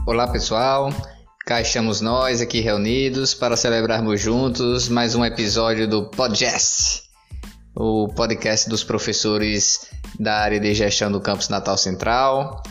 Olá pessoal, cá estamos nós aqui reunidos para celebrarmos juntos mais um episódio do Podcast, o podcast dos professores da área de gestão do Campus Natal Central.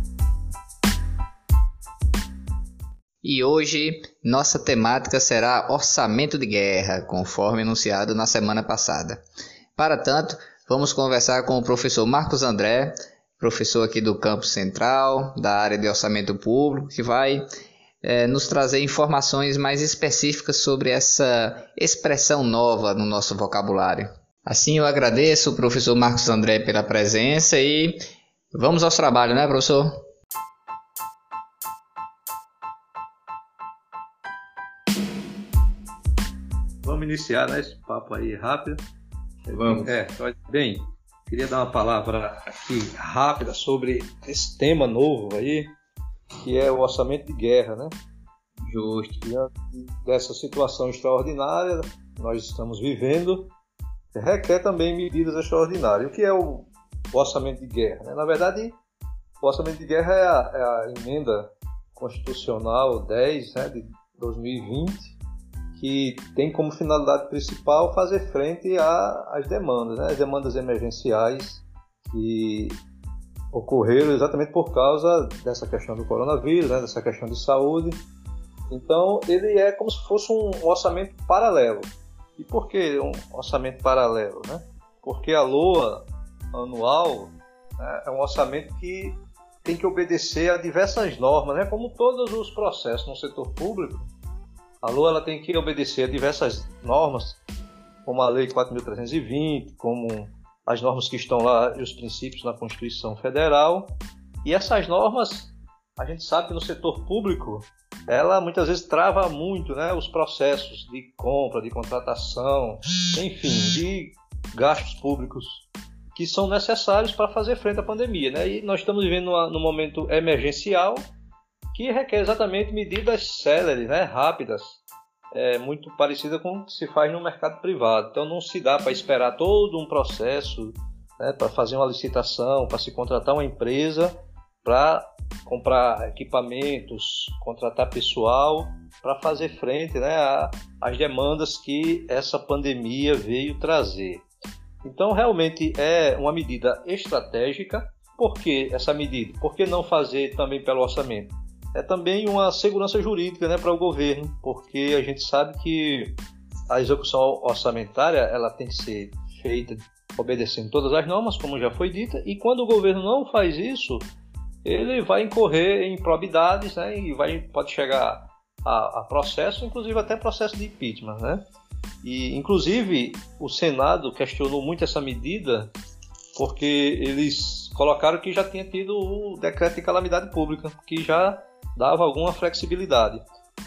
E hoje nossa temática será orçamento de guerra, conforme anunciado na semana passada. Para tanto, vamos conversar com o professor Marcos André, professor aqui do Campus Central, da área de orçamento público, que vai nos trazer informações mais específicas sobre essa expressão nova no nosso vocabulário. Assim, eu agradeço o professor Marcos André pela presença e vamos aos trabalhos, né, professor? Vamos iniciar, né, esse papo aí rápido. Vamos. Bem, queria dar uma palavra aqui rápida sobre esse tema novo aí, que é o orçamento de guerra, né? Justo. Diante dessa situação extraordinária que nós estamos vivendo, requer também medidas extraordinárias. O que é o orçamento de guerra, né? Na verdade, o orçamento de guerra é a emenda constitucional 10, né, de 2020, que tem como finalidade principal fazer frente às demandas, né? As demandas emergenciais que ocorreram exatamente por causa dessa questão do coronavírus, né? Dessa questão de saúde. Então, ele é como se fosse um orçamento paralelo. E por que um orçamento paralelo, né? Porque a LOA anual, né, é um orçamento que tem que obedecer a diversas normas, né? Como todos os processos no setor público. A LOA ela tem que obedecer a diversas normas, como a Lei 4.320, como as normas que estão lá e os princípios na Constituição Federal. E essas normas, a gente sabe que no setor público, ela muitas vezes trava muito, né, os processos de compra, de contratação, enfim, de gastos públicos que são necessários para fazer frente à pandemia, né? E nós estamos vivendo num momento emergencial, que requer exatamente medidas céleres, né, rápidas, muito parecida com o que se faz no mercado privado. Então não se dá para esperar todo um processo, né, para fazer uma licitação, para se contratar uma empresa, para comprar equipamentos, contratar pessoal, para fazer frente, né, às demandas que essa pandemia veio trazer. Então realmente é uma medida estratégica. Por que essa medida? Por que não fazer também pelo orçamento? É também uma segurança jurídica, né, para o governo, porque a gente sabe que a execução orçamentária ela tem que ser feita obedecendo todas as normas, como já foi dita, e quando o governo não faz isso, ele vai incorrer em improbidades, né, e pode chegar a processo, inclusive até processo de impeachment, né? E, inclusive, o Senado questionou muito essa medida, porque eles colocaram que já tinha tido o decreto de calamidade pública, que já dava alguma flexibilidade.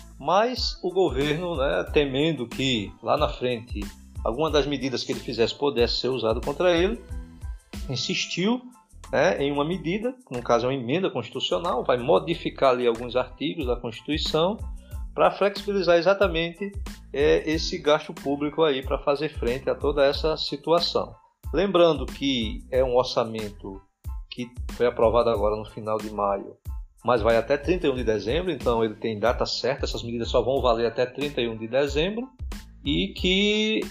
Mas o governo, né, temendo que lá na frente alguma das medidas que ele fizesse pudesse ser usada contra ele, insistiu, né, em uma medida, no caso é uma emenda constitucional, vai modificar ali alguns artigos da Constituição para flexibilizar exatamente esse gasto público aí para fazer frente a toda essa situação. Lembrando que é um orçamento que foi aprovado agora no final de maio, mas vai até 31 de dezembro, então ele tem data certa, essas medidas só vão valer até 31 de dezembro, e que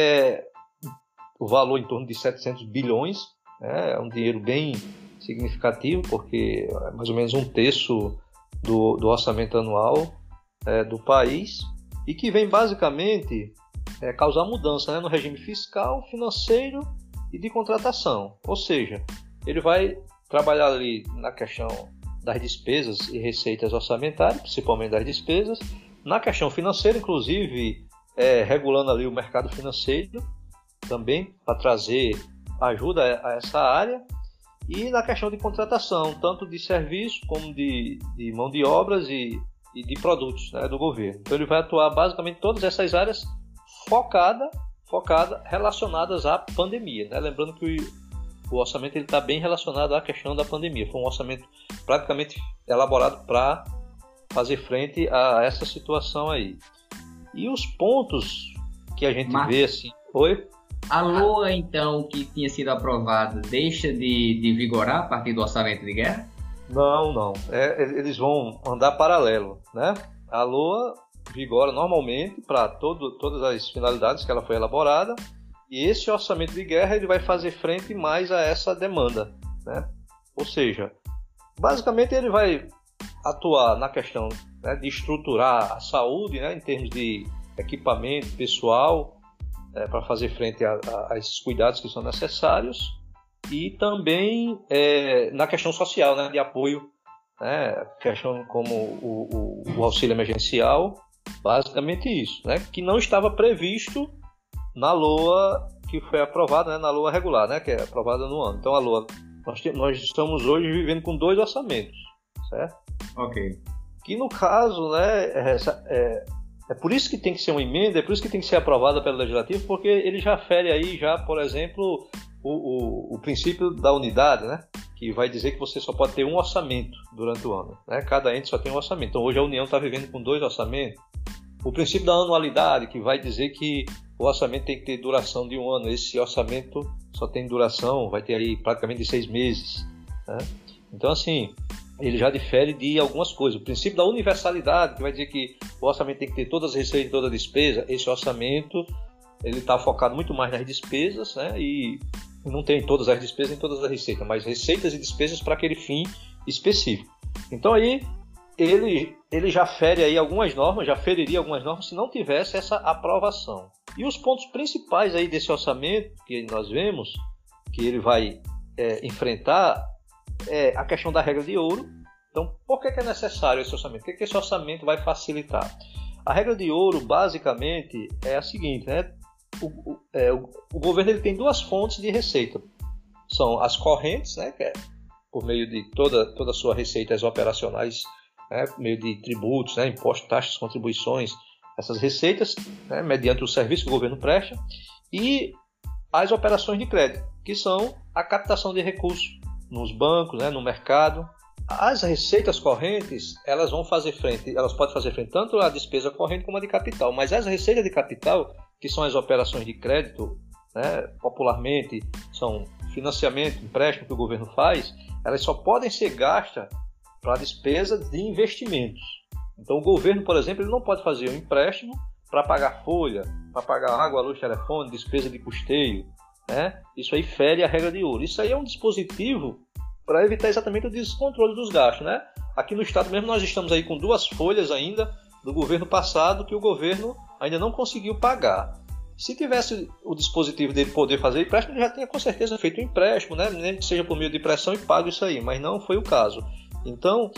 o valor em torno de 700 bilhões, é um dinheiro bem significativo, porque é mais ou menos um terço do orçamento anual do país, e que vem basicamente causar mudança, né, no regime fiscal, financeiro e de contratação. Ou seja, ele vai trabalhar ali na questão das despesas e receitas orçamentárias, principalmente das despesas, na questão financeira, inclusive regulando ali o mercado financeiro também, para trazer ajuda a essa área, e na questão de contratação, tanto de serviço como de mão de obras e de produtos, né, do governo. Então ele vai atuar basicamente em todas essas áreas focada relacionadas à pandemia, né? Lembrando que o orçamento está bem relacionado à questão da pandemia. Foi um orçamento praticamente elaborado para fazer frente a essa situação aí. E os pontos que a gente vê assim... Oi? A LOA, então, que tinha sido aprovada, deixa de vigorar a partir do orçamento de guerra? Não. Eles vão andar paralelo, né? A LOA vigora normalmente para todas as finalidades que ela foi elaborada, e esse orçamento de guerra ele vai fazer frente mais a essa demanda, né? Ou seja, basicamente ele vai atuar na questão, né, de estruturar a saúde, né, em termos de equipamento pessoal, para fazer frente a esses cuidados que são necessários, e também na questão social, né, de apoio, né, questão como o auxílio emergencial, basicamente isso, né, que não estava previsto na LOA que foi aprovada, né, na LOA regular, né, que é aprovada no ano. Então a LOA, nós estamos hoje vivendo com 2 orçamentos, certo? Ok. Que no caso, né, é por isso que tem que ser uma emenda, é por isso que tem que ser aprovada pelo Legislativo, porque ele já fere aí, já, por exemplo, o princípio da unidade, né, que vai dizer que você só pode ter um orçamento durante o ano, né, cada ente só tem um orçamento. Então hoje a União está vivendo com 2 orçamentos. O princípio da anualidade, que vai dizer que o orçamento tem que ter duração de 1 ano. Esse orçamento só tem duração, vai ter aí praticamente 6 meses, né? Então, assim, ele já difere de algumas coisas. O princípio da universalidade, que vai dizer que o orçamento tem que ter todas as receitas e toda a despesa. Esse orçamento ele está focado muito mais nas despesas, né? E não tem todas as despesas e todas as receitas, mas receitas e despesas para aquele fim específico. Então, aí ele já fere aí algumas normas, já feriria algumas normas se não tivesse essa aprovação. E os pontos principais aí desse orçamento que nós vemos, que ele vai enfrentar, é a questão da regra de ouro. Então, por que é necessário esse orçamento? O que esse orçamento vai facilitar? A regra de ouro, basicamente, é a seguinte, né? O governo ele tem 2 fontes de receita. São as correntes, né, que é por meio de toda a sua receita, as operacionais, né, por meio de tributos, né, impostos, taxas, contribuições, essas receitas, né, mediante o serviço que o governo presta, e as operações de crédito, que são a captação de recursos nos bancos, né, no mercado. As receitas correntes, elas podem fazer frente tanto à despesa corrente como à de capital, mas as receitas de capital, que são as operações de crédito, né, popularmente são financiamento, empréstimo que o governo faz, elas só podem ser gastas para despesa de investimentos. Então o governo, por exemplo, ele não pode fazer um empréstimo para pagar folha, para pagar água, luz, telefone, despesa de custeio, né? Isso aí fere a regra de ouro. Isso aí é um dispositivo para evitar exatamente o descontrole dos gastos, né? Aqui no estado mesmo nós estamos aí com 2 folhas ainda do governo passado que o governo ainda não conseguiu pagar. Se tivesse o dispositivo dele poder fazer empréstimo, ele já tinha com certeza feito um empréstimo, né? Nem que seja por meio de pressão e pago isso aí, mas não foi o caso. Então,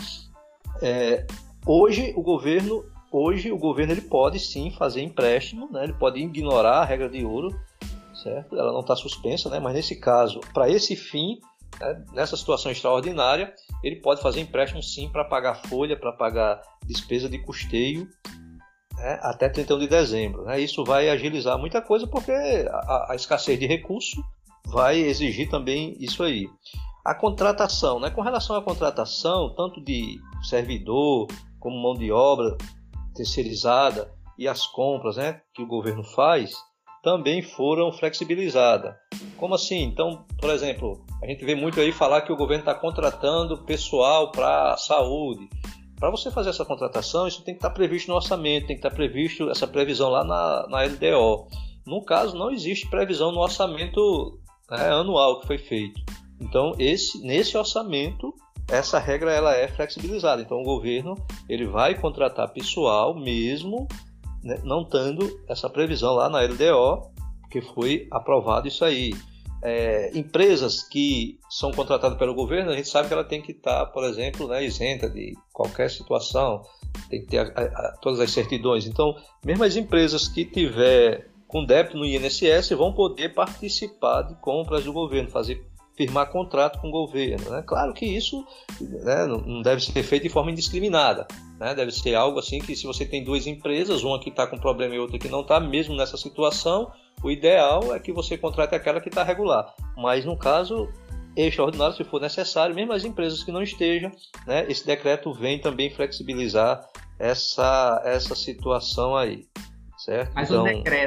hoje o governo ele pode sim fazer empréstimo, né? Ele pode ignorar a regra de ouro, certo? Ela não está suspensa, né? Mas nesse caso, para esse fim, né, nessa situação extraordinária, ele pode fazer empréstimo sim para pagar folha, para pagar despesa de custeio, né, até 31 de dezembro. Né? Isso vai agilizar muita coisa porque a escassez de recurso vai exigir também isso aí. A contratação, né? Com relação à contratação, tanto de servidor como mão de obra terceirizada e as compras, né, que o governo faz, também foram flexibilizadas. Como assim? Então, por exemplo, a gente vê muito aí falar que o governo está contratando pessoal para a saúde. Para você fazer essa contratação, isso tem que estar previsto no orçamento, tem que estar previsto essa previsão lá na LDO. No caso, não existe previsão no orçamento, né, anual que foi feito. Então, nesse orçamento, essa regra ela é flexibilizada. Então, o governo ele vai contratar pessoal mesmo, né, não tendo essa previsão lá na LDO, porque foi aprovado isso aí. Empresas que são contratadas pelo governo, a gente sabe que ela tem que estar, por exemplo, né, isenta de qualquer situação, tem que ter todas as certidões. Então, mesmo as empresas que tiver com débito no INSS vão poder participar de compras do governo, firmar contrato com o governo. Né? Claro que isso, né, não deve ser feito de forma indiscriminada. Né? Deve ser algo assim que, se você tem 2 empresas, uma que está com problema e outra que não está, mesmo nessa situação, o ideal é que você contrate aquela que está regular. Mas no caso extraordinário, se for necessário, mesmo as empresas que não estejam, né, esse decreto vem também flexibilizar essa situação aí. Certo? Mas então, o decreto,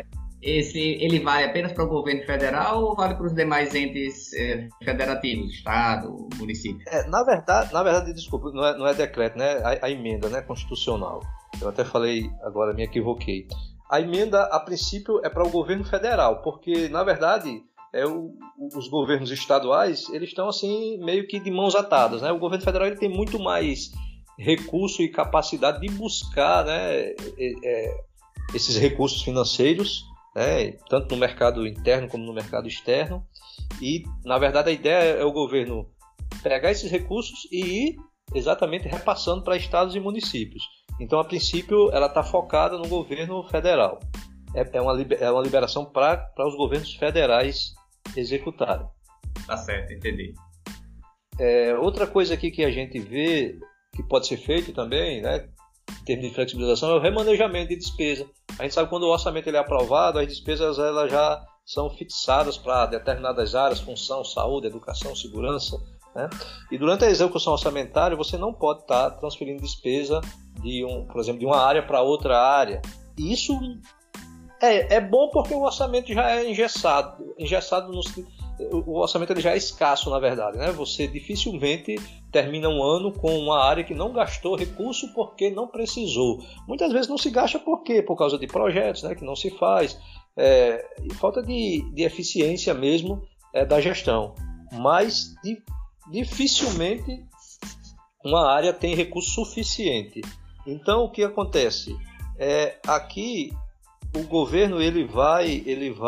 ele vale apenas para o governo federal ou vale para os demais entes federativos, Estado, município? Na verdade, desculpa, não é decreto, né? A emenda, né, constitucional. Eu até falei, agora me equivoquei. A emenda, a princípio, é para o governo federal, porque, na verdade, os governos estaduais, eles estão assim, meio que de mãos atadas, né? O governo federal ele tem muito mais recurso e capacidade de buscar, né, esses recursos financeiros, né, tanto no mercado interno como no mercado externo. E, na verdade, a ideia é o governo pegar esses recursos e ir exatamente repassando para estados e municípios. Então, a princípio, ela está focada no governo federal. É uma liberação para os governos federais executarem. Tá certo, entendi. Outra coisa aqui que a gente vê que pode ser feito também, né, em termos de flexibilização, é o remanejamento de despesa. A gente sabe que quando o orçamento ele é aprovado, as despesas elas já são fixadas para determinadas áreas, função, saúde, educação, segurança, né? E durante a execução orçamentária, você não pode estar transferindo despesa por exemplo, de uma área para outra área. E isso é bom porque o orçamento já é engessado o orçamento ele já é escasso, na verdade, né? Você dificilmente termina um ano com uma área que não gastou recurso porque não precisou. Muitas vezes não se gasta por quê? Por causa de projetos, né, que não se faz. Falta de eficiência mesmo da gestão. Mas dificilmente uma área tem recurso suficiente. Então, o que acontece? Aqui, o governo ele vai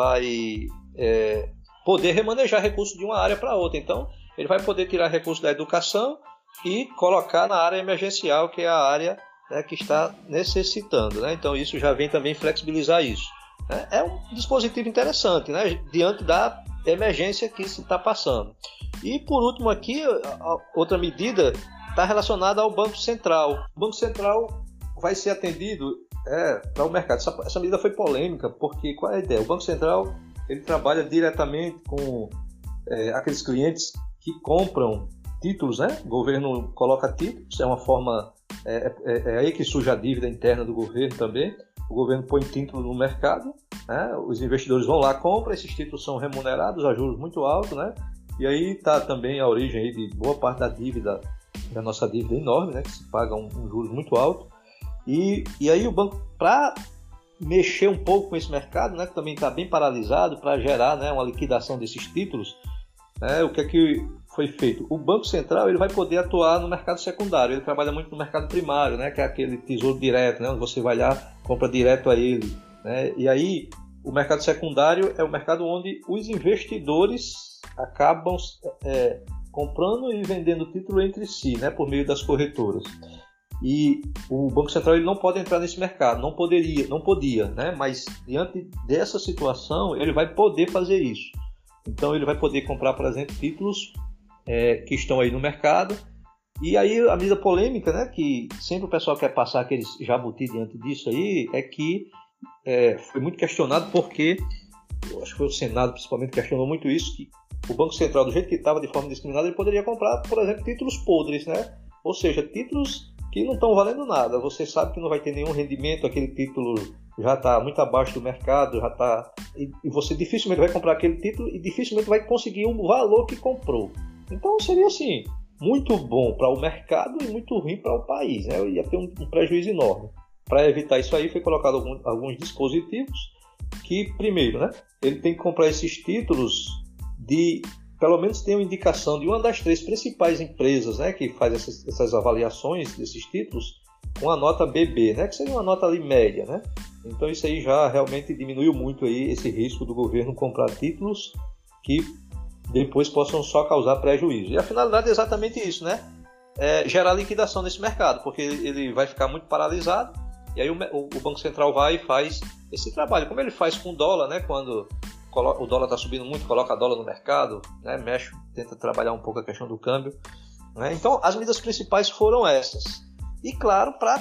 poder remanejar recursos de uma área para outra. Então, ele vai poder tirar recursos da educação e colocar na área emergencial, que é a área, né, que está necessitando, né? Então, isso já vem também flexibilizar isso. É um dispositivo interessante, né, diante da emergência que se está passando. E, por último, aqui, outra medida está relacionada ao Banco Central. O Banco Central vai ser atendido para o mercado. Essa medida foi polêmica, porque qual é a ideia? O Banco Central ele trabalha diretamente com aqueles clientes que compram títulos, né? O governo coloca títulos, é uma forma... É aí que surge a dívida interna do governo também. O governo põe título no mercado, né? Os investidores vão lá, compram, esses títulos são remunerados a juros muito altos, né? E aí está também a origem aí de boa parte da dívida, da nossa dívida enorme, né? Que se paga um juros muito alto. E aí o banco, para mexer um pouco com esse mercado, né, que também está bem paralisado, para gerar, né, uma liquidação desses títulos, né, o que é que foi feito? O Banco Central ele vai poder atuar no mercado secundário. Ele trabalha muito no mercado primário, né, que é aquele tesouro direto, né, onde você vai lá, compra direto a ele, né? E aí o mercado secundário é o mercado onde os investidores acabam comprando e vendendo título entre si, né, por meio das corretoras. E o Banco Central ele não pode entrar nesse mercado, não podia, né? Mas diante dessa situação ele vai poder fazer isso. Então ele vai poder comprar, por exemplo, títulos que estão aí no mercado. E aí a medida polêmica, né, que sempre o pessoal quer passar aquele jabuti diante disso aí, é que foi muito questionado porque, eu acho que foi o Senado principalmente que questionou muito isso, que o Banco Central, do jeito que estava de forma discriminada, ele poderia comprar, por exemplo, títulos podres, né? Ou seja, títulos que não estão valendo nada. Você sabe que não vai ter nenhum rendimento, aquele título já está muito abaixo do mercado, já está, e você dificilmente vai comprar aquele título e dificilmente vai conseguir o valor que comprou. Então seria assim, muito bom para o mercado e muito ruim para o país, né? Ia ter um prejuízo enorme. Para evitar isso aí foi colocado alguns dispositivos que, primeiro, né, ele tem que comprar esses títulos pelo menos tem uma indicação de uma das 3 principais empresas, né, que faz essas avaliações desses títulos com a nota BB, né, que seria uma nota ali média, né? Então isso aí já realmente diminuiu muito aí esse risco do governo comprar títulos que depois possam só causar prejuízo. E a finalidade é exatamente isso, né? Gerar liquidação nesse mercado, porque ele vai ficar muito paralisado e aí o Banco Central vai e faz esse trabalho, como ele faz com o dólar, né? Quando o dólar está subindo muito, coloca dólar no mercado, né? Mexe, tenta trabalhar um pouco a questão do câmbio, né? Então as medidas principais foram essas. E claro, para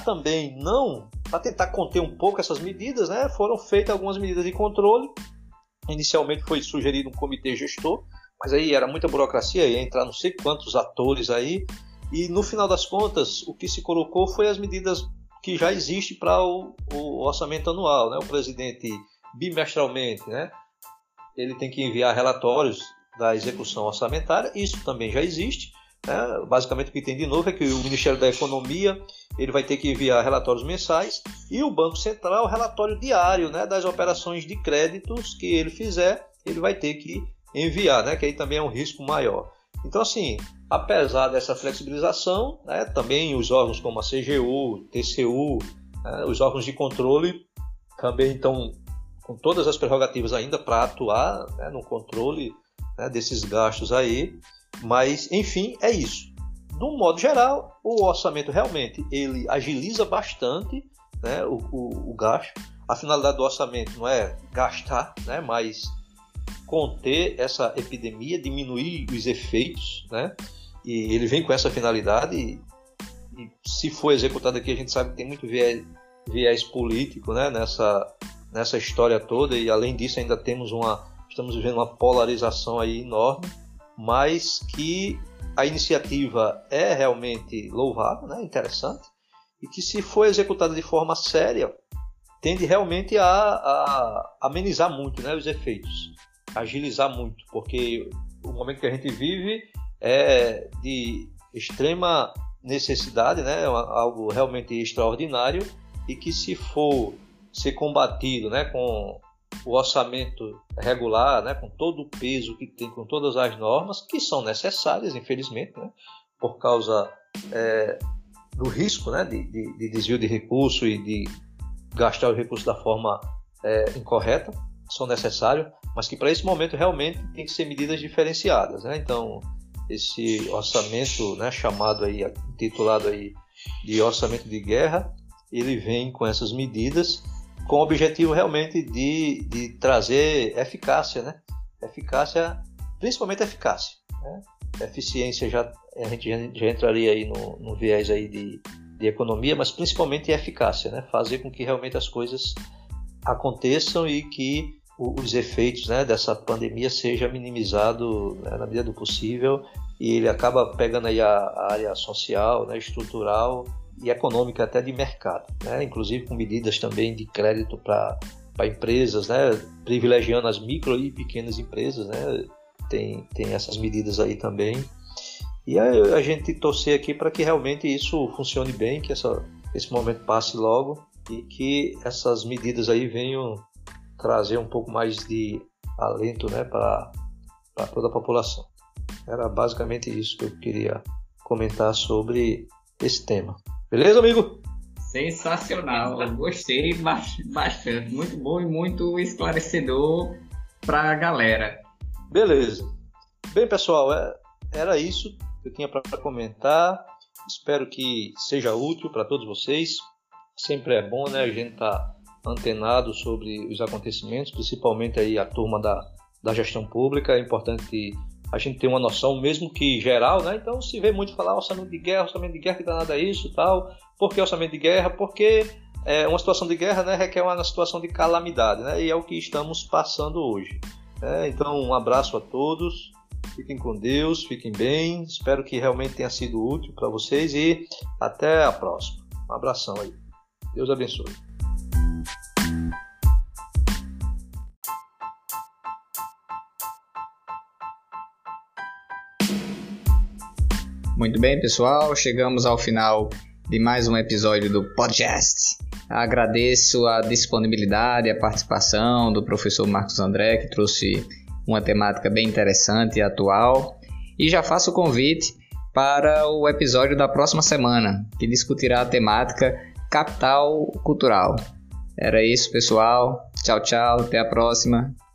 tentar conter um pouco essas medidas, né, foram feitas algumas medidas de controle. Inicialmente foi sugerido um comitê gestor, mas aí era muita burocracia, ia entrar não sei quantos atores aí, e no final das contas o que se colocou foi as medidas que já existem para o orçamento anual, né? O presidente bimestralmente, né, ele tem que enviar relatórios da execução orçamentária. Isso também já existe. Basicamente o que tem de novo é que o Ministério da Economia ele vai ter que enviar relatórios mensais e o Banco Central relatório diário, né, das operações de créditos que ele fizer, ele vai ter que enviar, né, que aí também é um risco maior. Então, assim, apesar dessa flexibilização, né, também os órgãos como a CGU, TCU, os órgãos de controle também estão com todas as prerrogativas ainda para atuar, né, no controle, né, desses gastos aí. Mas, enfim, é isso. De um modo geral, o orçamento realmente ele agiliza bastante, né, o gasto. A finalidade do orçamento não é gastar, né, mas conter essa epidemia, diminuir os efeitos, né? E ele vem com essa finalidade. E se for executado aqui, a gente sabe que tem muito viés político, né, nessa história toda. E além disso, ainda estamos vivendo uma polarização aí enorme. Mas que a iniciativa é realmente louvável, né, interessante, e que se for executada de forma séria, tende realmente a amenizar muito, né, os efeitos, agilizar muito, porque o momento que a gente vive é de extrema necessidade, né, algo realmente extraordinário, e que se for ser combatido, né, com o orçamento regular, né, com todo o peso que tem, com todas as normas que são necessárias, infelizmente, né, por causa do risco, né, de desvio de recurso e de gastar os recursos da forma incorreta, são necessários, mas que para esse momento realmente tem que ser medidas diferenciadas, né? Então, esse orçamento, né, chamado aí, intitulado aí de orçamento de guerra, ele vem com essas medidas com o objetivo realmente de trazer eficácia, né? Eficácia, principalmente eficácia, né? Eficiência a gente já entraria aí no viés aí de economia, mas principalmente eficácia, né? Fazer com que realmente as coisas aconteçam e que os efeitos, né, dessa pandemia seja minimizado, né, na medida do possível, e ele acaba pegando aí a área social, né, estrutural e econômica até de mercado, né? Inclusive com medidas também de crédito para empresas, né? Privilegiando as micro e pequenas empresas, né? Tem essas medidas aí também. E a gente torcer aqui para que realmente isso funcione bem, que esse momento passe logo e que essas medidas aí venham trazer um pouco mais de alento, né, para toda a população. Era basicamente isso que eu queria comentar sobre esse tema. Beleza, amigo? Sensacional, gostei bastante, muito bom e muito esclarecedor para a galera. Beleza. Bem, pessoal, era isso que eu tinha para comentar. Espero que seja útil para todos vocês. Sempre é bom, né, a gente estar antenado sobre os acontecimentos, principalmente aí a turma da gestão pública. É importante a gente ter uma noção, mesmo que geral, né? Então, se vê muito falar orçamento de guerra, que danada é isso, tal. Por que orçamento de guerra? Porque uma situação de guerra, né, requer uma situação de calamidade, né? E é o que estamos passando hoje. Então, um abraço a todos. Fiquem com Deus, fiquem bem. Espero que realmente tenha sido útil para vocês e até a próxima. Um abração aí. Deus abençoe. Muito bem, pessoal, chegamos ao final de mais um episódio do podcast. Agradeço a disponibilidade e a participação do professor Marcos André, que trouxe uma temática bem interessante e atual. E já faço o convite para o episódio da próxima semana, que discutirá a temática Capital Cultural. Era isso, pessoal. Tchau, tchau. Até a próxima.